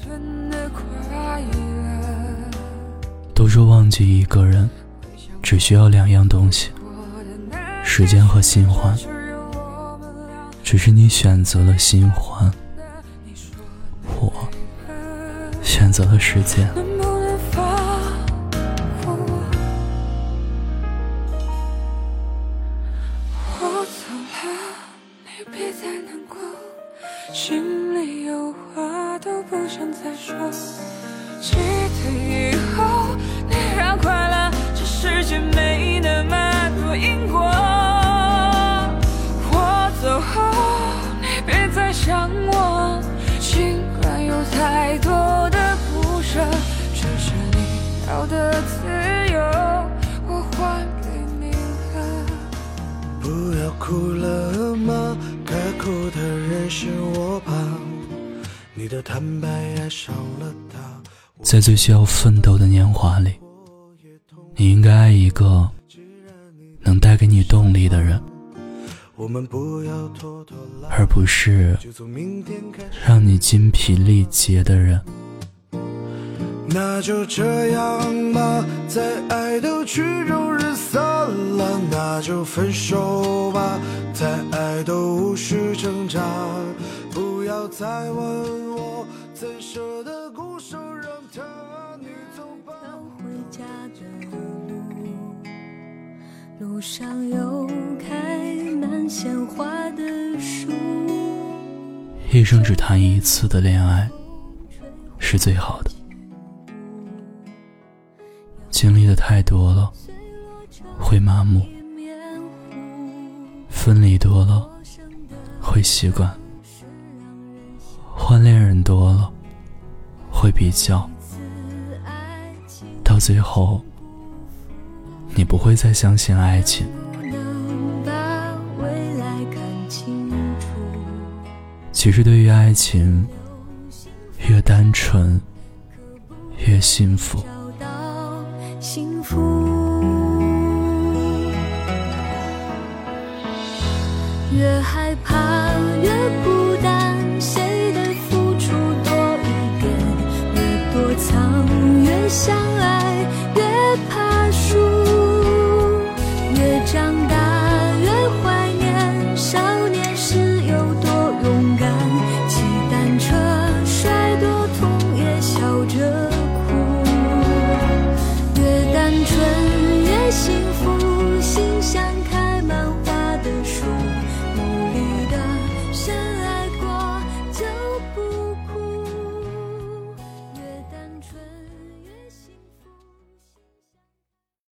都说忘记一个人只需要2样东西，时间和新欢，只是你选择了新欢，我选择了时间。 心里有话都不想再说，记得以后你让快乐这世界没那么多因果。我走后你别再想我，尽管有太多的不舍，这是你要的自由，我还给你了。 不要哭了吗？该哭的人是我吧，你的坦白爱上了他。 在最需要奋斗的年华里，你应该爱一个能带给你动力的人，而不是让你筋疲力竭的人。 那就这样吧，在爱都曲终人散了，那就分手吧，在爱都无需挣扎，不要再问我怎舍得固守，让他你走吧。 回家的路上有开满鲜花的树， 一生只谈一次的恋爱是最好的，经历的太多了会麻木，分离多了会习惯，换恋人多了会比较，到最后你不会再相信爱情。其实对于爱情，越单纯越幸福。 幸福越害怕越孤单，